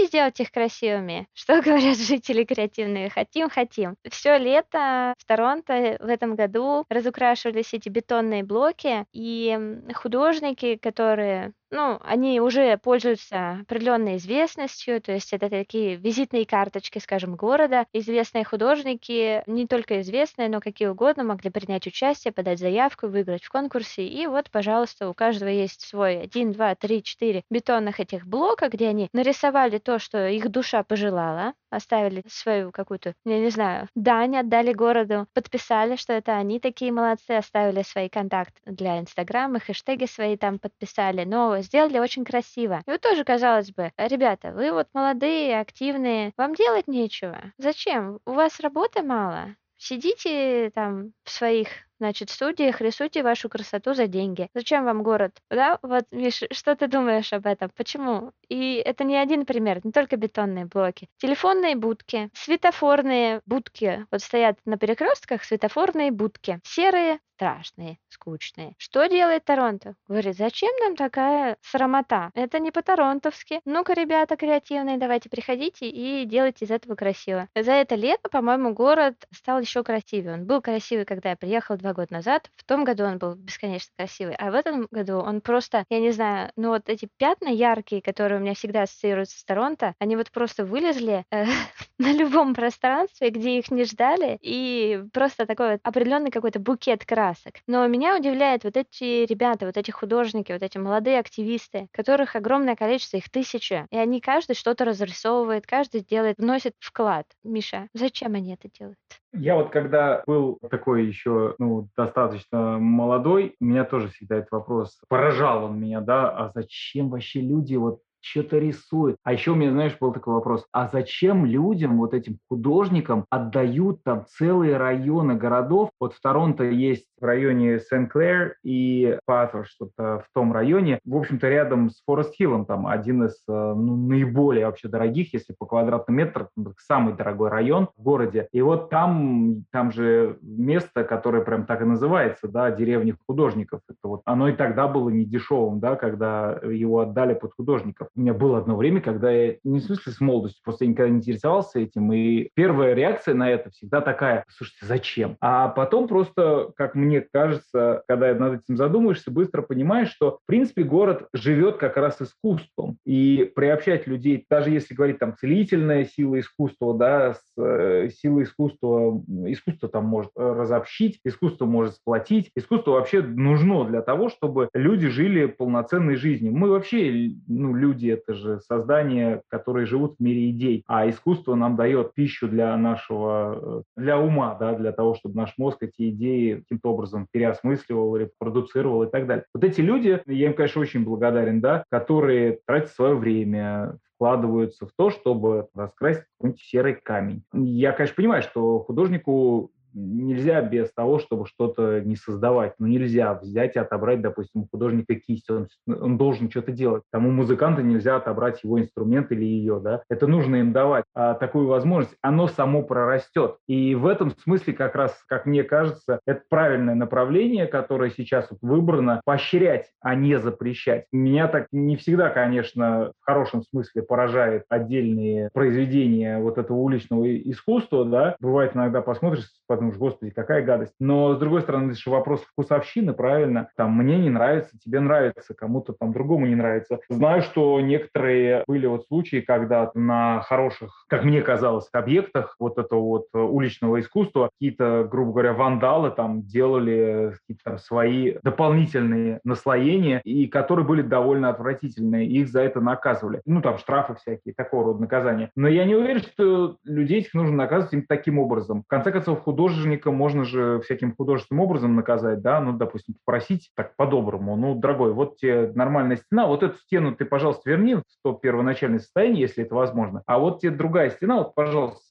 хотите сделать их красивыми? Что говорят жители креативные? Хотим, хотим. Все лето в Торонто в этом году разукрашивались эти бетонные блоки, и м, художники, которые ну, они уже пользуются определенной известностью, то есть это такие визитные карточки, скажем, города. Известные художники, не только известные, но какие угодно, могли принять участие, подать заявку, выиграть в конкурсе. И вот, пожалуйста, у каждого есть свой один, два, три, четыре бетонных этих блока, где они нарисовали то, что их душа пожелала, оставили свою какую-то, я не знаю, дань отдали городу, подписали, что это они такие молодцы, оставили свои контакты для Инстаграма, хэштеги свои там подписали, но сделали очень красиво. И вот тоже, казалось бы, ребята, вы вот молодые, активные, вам делать нечего. Зачем? У вас работы мало. Сидите там в своих, значит, студиях, рисуйте вашу красоту за деньги. Зачем вам город? Да? Вот, Миш, что ты думаешь об этом? Почему? И это не один пример, не только бетонные блоки. Телефонные будки, светофорные будки. Вот стоят на перекрестках светофорные будки. Серые, страшные, скучные. Что делает Торонто? Говорит, зачем нам такая срамота? Это не по-торонтовски. Ну-ка, ребята креативные, давайте приходите и делайте из этого красиво. За это лето, по-моему, город стал еще красивее. Он был красивый, когда я приехала два года назад. В том году он был бесконечно красивый. А в этом году он просто, я не знаю, ну вот эти пятна яркие, которые у меня всегда ассоциируются с Торонто, они вот просто вылезли э, на любом пространстве, где их не ждали, и просто такой вот определенный какой-то букет красок. Но меня удивляет вот эти ребята, вот эти художники, вот эти молодые активисты, которых огромное количество, их тысячи, и они каждый что-то разрисовывает, каждый делает, вносит вклад. Миша, зачем они это делают? Я вот когда был такой еще, ну, достаточно молодой, меня тоже всегда этот вопрос поражал он меня, да, а зачем вообще люди вот что-то рисуют. А еще у меня, знаешь, был такой вопрос, а зачем людям, вот этим художникам, отдают там целые районы городов? Вот в Торонто есть в районе Сен-Клэр и Паффер, что-то в том районе, в общем-то, рядом с Форест-Хиллом, там один из ну, наиболее вообще дорогих, если по квадратным метрам, самый дорогой район в городе. И вот там, там же место, которое прям так и называется, да, деревня художников. Это вот, оно и тогда было не дешевым, да, когда его отдали под художников. У меня было одно время, когда я, не в смысле с молодостью, просто я никогда не интересовался этим, и первая реакция на это всегда такая, слушайте, зачем? А потом просто, как мне кажется, когда над этим задумаешься, быстро понимаешь, что, в принципе, город живет как раз искусством, и приобщать людей, даже если говорить там целительная сила искусства, да, с э, силой искусства, искусство там может разобщить, искусство может сплотить, искусство вообще нужно для того, чтобы люди жили полноценной жизнью. Мы вообще, ну, люди, это же создания, которые живут в мире идей, а искусство нам дает пищу для нашего, для ума, да, для того, чтобы наш мозг эти идеи каким-то образом переосмысливал, репродуцировал и так далее. Вот эти люди, я им, конечно, очень благодарен, да, которые тратят свое время, вкладываются в то, чтобы раскрасить какой-нибудь серый камень. Я, конечно, понимаю, что художнику нельзя без того, чтобы что-то не создавать. Ну, нельзя взять и отобрать, допустим, у художника кисть. Он, он должен что-то делать. Тому музыканту нельзя отобрать его инструмент или ее, да. Это нужно им давать. А такую возможность, оно само прорастет. И в этом смысле как раз, как мне кажется, это правильное направление, которое сейчас вот выбрано, поощрять, а не запрещать. Меня так не всегда, конечно, в хорошем смысле поражает отдельные произведения вот этого уличного искусства, да. Бывает иногда посмотришь, потому что, господи, какая гадость. Но, с другой стороны, это же вопрос вкусовщины, правильно? Там, мне не нравится, тебе нравится, кому-то там другому не нравится. Знаю, что некоторые были вот случаи, когда на хороших, как мне казалось, объектах вот этого вот уличного искусства какие-то, грубо говоря, вандалы там делали какие-то там свои дополнительные наслоения, и которые были довольно отвратительные. Их за это наказывали. Ну, там, штрафы всякие, такого рода наказания. Но я не уверен, что людей этих нужно наказывать именно таким образом. В конце концов, художник художника можно же всяким художественным образом наказать, да, ну, допустим, попросить так по-доброму, ну, дорогой, вот тебе нормальная стена, вот эту стену ты, пожалуйста, верни в то первоначальное состояние, если это возможно, а вот тебе другая стена, вот, пожалуйста,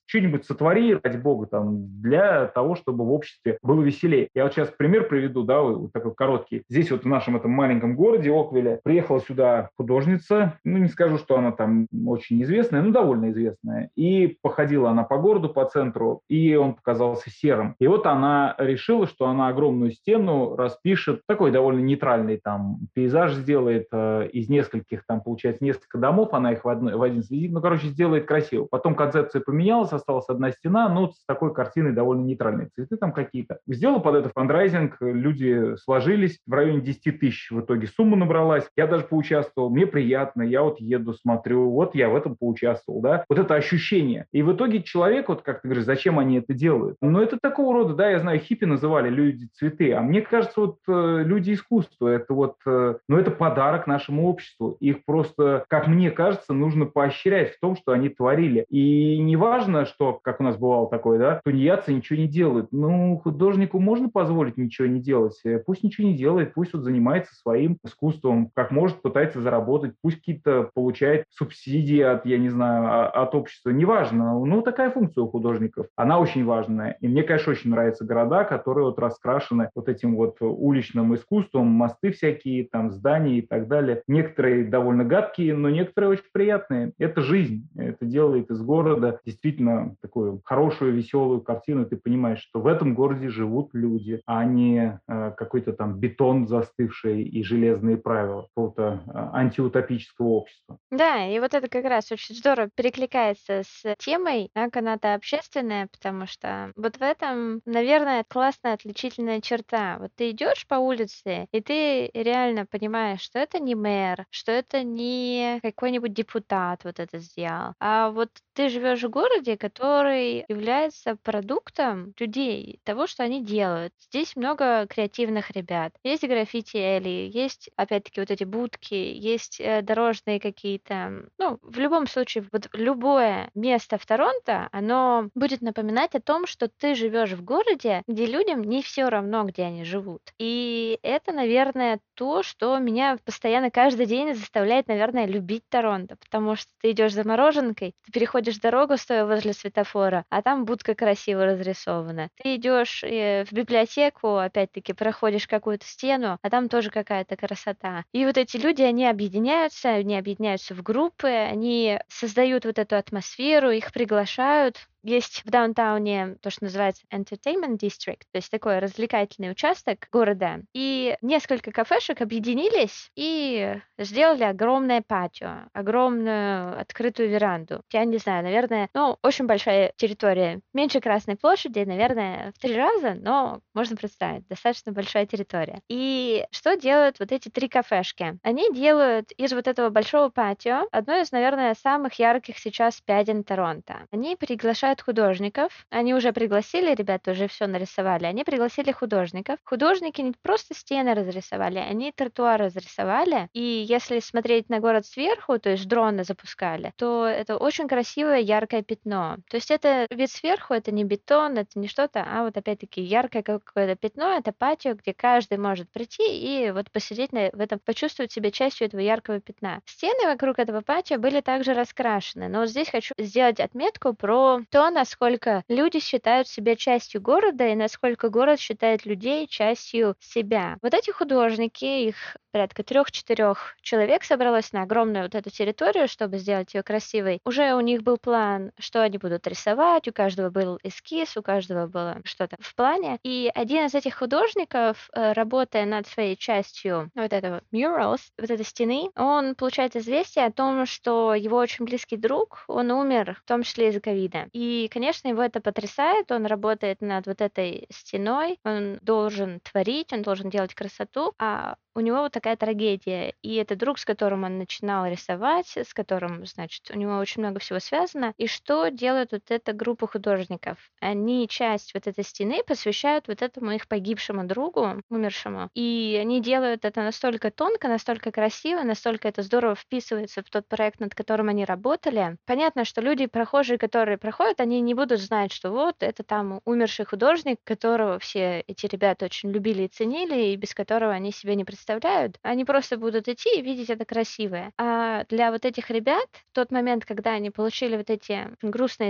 что-нибудь сотвори, ради бога, там, для того, чтобы в обществе было веселее. Я вот сейчас пример приведу, да, вот такой короткий. Здесь вот в нашем этом маленьком городе Оквиле приехала сюда художница, ну, не скажу, что она там очень известная, но довольно известная, и походила она по городу, по центру, и он показался серым. И вот она решила, что она огромную стену распишет, такой довольно нейтральный там пейзаж сделает э, из нескольких, там, получается, несколько домов, она их в, одно, в один связит, ну, короче, сделает красиво. Потом концепция поменялась, осталась одна стена, ну, с такой картиной довольно нейтральной, цветы там какие-то. Сделала под это фандрайзинг, люди сложились, в районе десять тысяч в итоге сумма набралась, я даже поучаствовал, мне приятно, я вот еду, смотрю, вот я в этом поучаствовал, да, вот это ощущение. И в итоге человек, вот как ты говоришь, зачем они это делают? Ну, это такого рода, да, я знаю, хиппи называли люди цветы, а мне кажется, вот э, люди искусства, это вот, э, ну, это подарок нашему обществу. Их просто, как мне кажется, нужно поощрять в том, что они творили. И не важно, что, как у нас бывало такое, да, тунеядцы ничего не делают. Ну, художнику можно позволить ничего не делать, э, пусть ничего не делает, пусть вот занимается своим искусством, как может, пытается заработать, пусть какие-то получает субсидии от, я не знаю, а- от общества, неважно. Ну, такая функция у художников, она очень важная. И мне, конечно, очень нравятся города, которые вот раскрашены вот этим вот уличным искусством, мосты всякие, там, здания и так далее. Некоторые довольно гадкие, но некоторые очень приятные. Это жизнь. Это делает из города действительно такую хорошую, веселую картину. Ты понимаешь, что в этом городе живут люди, а не э, какой-то там бетон застывший и железные правила какого-то э, антиутопического общества. Да, и вот это как раз очень здорово перекликается с темой, как она-то общественная, потому что вот в этом, наверное, классная отличительная черта. Вот ты идешь по улице, и ты реально понимаешь, что это не мэр, что это не какой-нибудь депутат вот это сделал, а вот ты живешь в городе, который является продуктом людей, того, что они делают. Здесь много креативных ребят. Есть граффити Элли, есть, опять-таки, вот эти будки, есть э, дорожные какие-то. Ну, в любом случае, вот любое место в Торонто, оно будет напоминать о том, что ты живешь в городе, где людям не все равно, где они живут. И это, наверное, то, что меня постоянно каждый день заставляет, наверное, любить Торонто, потому что ты идешь за мороженкой, ты переходишь дорогу, стоя возле светофора, а там будка красиво разрисована. Ты идешь э, в библиотеку, опять-таки, проходишь какую-то стену, а там тоже какая-то красота. И вот эти люди, они объединяются, они объединяются в группы, они создают вот эту атмосферу, их приглашают. Есть в даунтауне то, что называется Entertainment District, то есть такой развлекательный участок города. И несколько кафешек объединились и сделали огромное патио, огромную открытую веранду. Я не знаю, наверное, ну, очень большая территория. Меньше Красной площади, наверное, в три раза, но можно представить, достаточно большая территория. И что делают вот эти три кафешки? Они делают из вот этого большого патио одно из, наверное, самых ярких сейчас пятен Торонто. Они приглашают художников. Они уже пригласили, ребята уже все нарисовали. Они пригласили художников. Художники не просто стены разрисовали, они тротуар разрисовали. И если смотреть на город сверху, то есть дроны запускали, то это очень красивое яркое пятно. То есть это вид сверху, это не бетон, это не что-то, а вот опять-таки яркое какое-то пятно, это патио, где каждый может прийти и вот посидеть на, в этом, почувствовать себя частью этого яркого пятна. Стены вокруг этого патио были также раскрашены, но вот здесь хочу сделать отметку про то, насколько люди считают себя частью города и насколько город считает людей частью себя. Вот эти художники, их порядка трех-четырех человек собралось на огромную вот эту территорию, чтобы сделать ее красивой. Уже у них был план, что они будут рисовать, у каждого был эскиз, у каждого было что-то в плане. И один из этих художников, э, работая над своей частью вот этого murals, вот этой стены, он получает известие о том, что его очень близкий друг, он умер, в том числе из-за ковида. И, конечно, его это потрясает, он работает над вот этой стеной, он должен творить, он должен делать красоту, а у него вот такая трагедия. И это друг, с которым он начинал рисовать, с которым, значит, у него очень много всего связано. И что делает вот эта группа художников? Они часть вот этой стены посвящают вот этому их погибшему другу, умершему. И они делают это настолько тонко, настолько красиво, настолько это здорово вписывается в тот проект, над которым они работали. Понятно, что люди, прохожие, которые проходят, они не будут знать, что вот это там умерший художник, которого все эти ребята очень любили и ценили, и без которого они себя не представляют. Они просто будут идти и видеть это красивое. А для вот этих ребят, в тот момент, когда они получили вот эти грустные известия,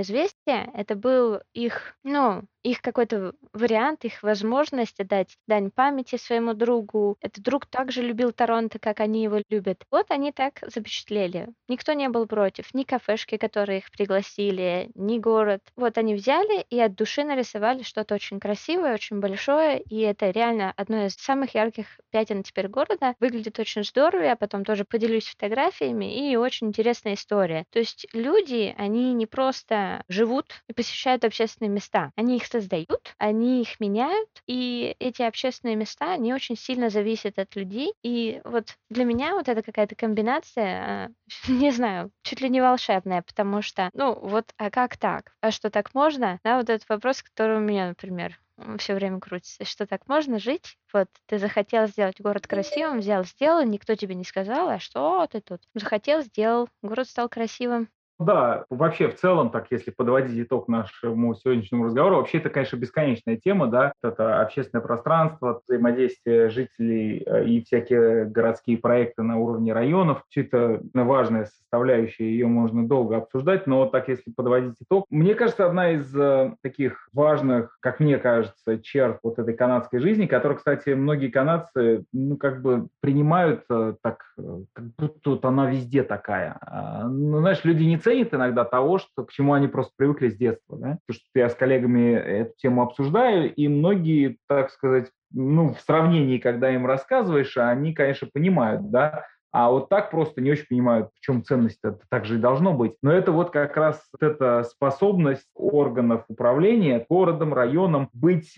общежитие. Это был их, ну, их какой-то вариант, их возможность отдать дань памяти своему другу. Этот друг также любил Торонто, как они его любят. Вот они так запечатлели. Никто не был против. Ни кафешки, которые их пригласили, ни город. Вот они взяли и от души нарисовали что-то очень красивое, очень большое. И это реально одно из самых ярких пятен теперь города. Выглядит очень здорово. Я потом тоже поделюсь фотографиями. И очень интересная история. То есть люди, они не просто живут и посещают общественные места. Они их создают, они их меняют, и эти общественные места, они очень сильно зависят от людей. И вот для меня вот это какая-то комбинация, а, не знаю, чуть ли не волшебная, потому что, ну вот, а как так? А что так можно? Да, вот этот вопрос, который у меня, например, все время крутится. Что так можно жить? Вот ты захотел сделать город красивым, взял, сделал, никто тебе не сказал, а что ты тут? Захотел, сделал, город стал красивым. Да, вообще в целом, так если подводить итог нашему сегодняшнему разговору, вообще это, конечно, бесконечная тема, да, это общественное пространство, взаимодействие жителей э, и всякие городские проекты на уровне районов. Все это важная составляющая, ее можно долго обсуждать, но так если подводить итог, мне кажется, одна из э, таких важных, как мне кажется, черт вот этой канадской жизни, которую, кстати, многие канадцы, ну, как бы принимают э, так, э, как будто вот она везде такая. А, ну, знаешь, люди не ценят иногда того, что, к чему они просто привыкли с детства. Да? То, что я с коллегами эту тему обсуждаю, и многие, так сказать, ну, в сравнении, когда им рассказываешь, они, конечно, понимают, да, а вот так просто не очень понимают, в чем ценность. Это так же и должно быть. Но это вот как раз вот эта способность органов управления городом, районом быть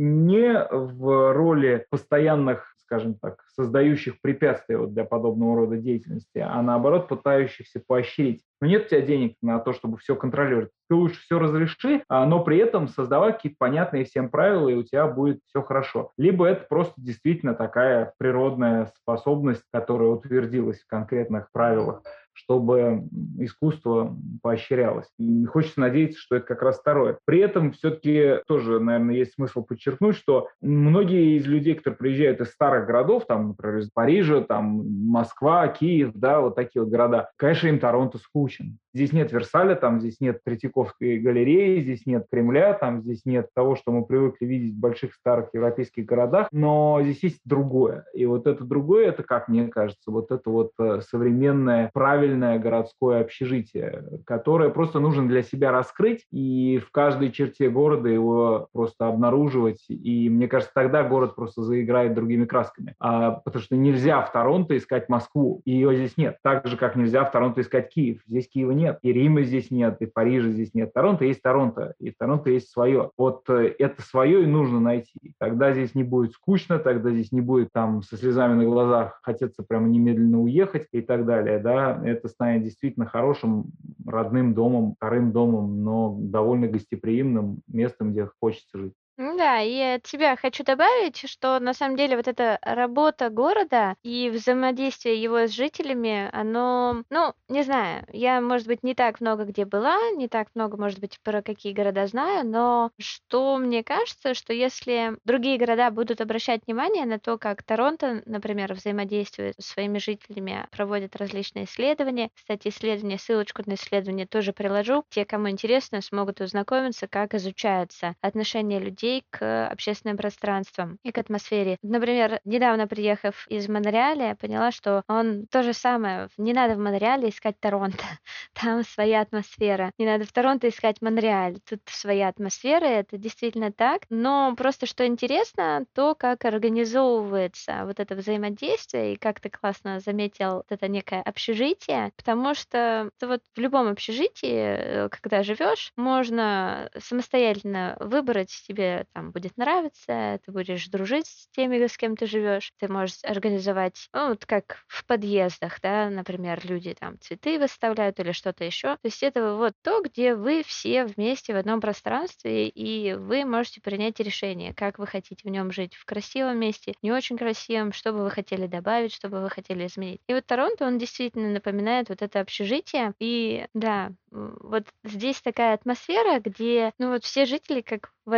не в роли постоянных, скажем так, создающих препятствия вот для подобного рода деятельности, а наоборот пытающихся поощрить. Но нет у тебя денег на то, чтобы все контролировать. Ты лучше все разреши, а, но при этом создавай какие-то понятные всем правила, и у тебя будет все хорошо. Либо это просто действительно такая природная способность, которая утвердилась в конкретных правилах, чтобы искусство поощрялось. И хочется надеяться, что это как раз второе. При этом все-таки тоже, наверное, есть смысл подчеркнуть, что многие из людей, которые приезжают из старых городов, там, например, из Парижа, там, Москва, Киев, да, вот такие вот города, конечно, им Торонто скучен. Здесь нет Версаля, там, здесь нет Третьяковской галереи, здесь нет Кремля, там, здесь нет того, что мы привыкли видеть в больших старых европейских городах, но здесь есть другое. И вот это другое, это, как мне кажется, вот это вот современное, правильное городское общежитие, которое просто нужно для себя раскрыть и в каждой черте города его просто обнаруживать. И мне кажется, тогда город просто заиграет другими красками. А, потому что нельзя в Торонто искать Москву, и ее здесь нет. Так же, как нельзя в Торонто искать Киев. Здесь Киева нет. И Рима здесь нет, и Парижа здесь нет. Торонто есть Торонто, и в Торонто есть свое. Вот это свое и нужно найти. Тогда здесь не будет скучно, тогда здесь не будет там со слезами на глазах хотеться прямо немедленно уехать и так далее. Да? Это станет действительно хорошим родным домом, вторым домом, но довольно гостеприимным местом, где хочется жить. Ну да, и от тебя хочу добавить, что на самом деле вот эта работа города и взаимодействие его с жителями, оно, ну, не знаю, я, может быть, не так много где была, не так много, может быть, про какие города знаю, но что мне кажется, что если другие города будут обращать внимание на то, как Торонто, например, взаимодействует со своими жителями, проводит различные исследования. Кстати, исследования, ссылочку на исследование тоже приложу. Те, кому интересно, смогут ознакомиться, как изучаются отношения людей к общественным пространствам и к атмосфере. Например, недавно приехав из Монреаля, я поняла, что он то же самое. Не надо в Монреале искать Торонто. Там своя атмосфера. Не надо в Торонто искать Монреаль. Тут своя атмосфера, это действительно так. Но просто что интересно, то, как организовывается вот это взаимодействие, и как ты классно заметил, вот это некое общежитие, потому что ты вот в любом общежитии, э, когда живешь, можно самостоятельно выбрать себе там будет нравиться, ты будешь дружить с теми, с кем ты живешь, ты можешь организовать, ну, вот как в подъездах, да, например, люди там цветы выставляют или что-то еще. То есть это вот то, где вы все вместе в одном пространстве, и вы можете принять решение, как вы хотите в нем жить, в красивом месте, не очень красивом, что бы вы хотели добавить, что бы вы хотели изменить. И вот Торонто, он действительно напоминает вот это общежитие, и да, м, вот здесь такая атмосфера, где, ну, вот все жители как в одном доме.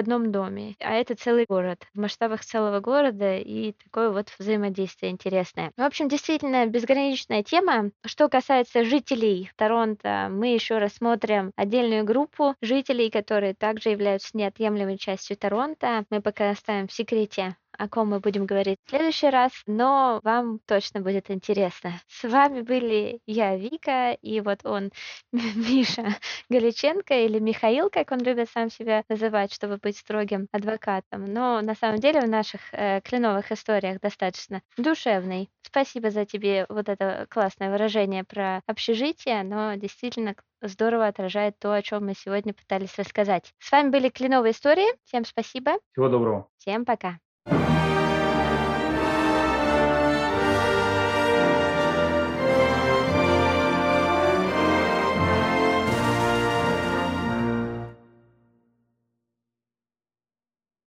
доме, а это целый город в масштабах целого города и такое вот взаимодействие интересное. В общем, действительно безграничная тема. Что касается жителей Торонто, мы еще рассмотрим отдельную группу жителей, которые также являются неотъемлемой частью Торонто. Мы пока оставим в секрете, о ком мы будем говорить в следующий раз, но вам точно будет интересно. С вами были я, Вика, и вот он, Миша Галиченко, или Михаил, как он любит сам себя называть, чтобы быть строгим адвокатом. Но на самом деле в наших э, кленовых историях достаточно душевный. Спасибо за тебе вот это классное выражение про общежитие, но действительно здорово отражает то, о чем мы сегодня пытались рассказать. С вами были кленовые истории. Всем спасибо. Всего доброго. Всем пока.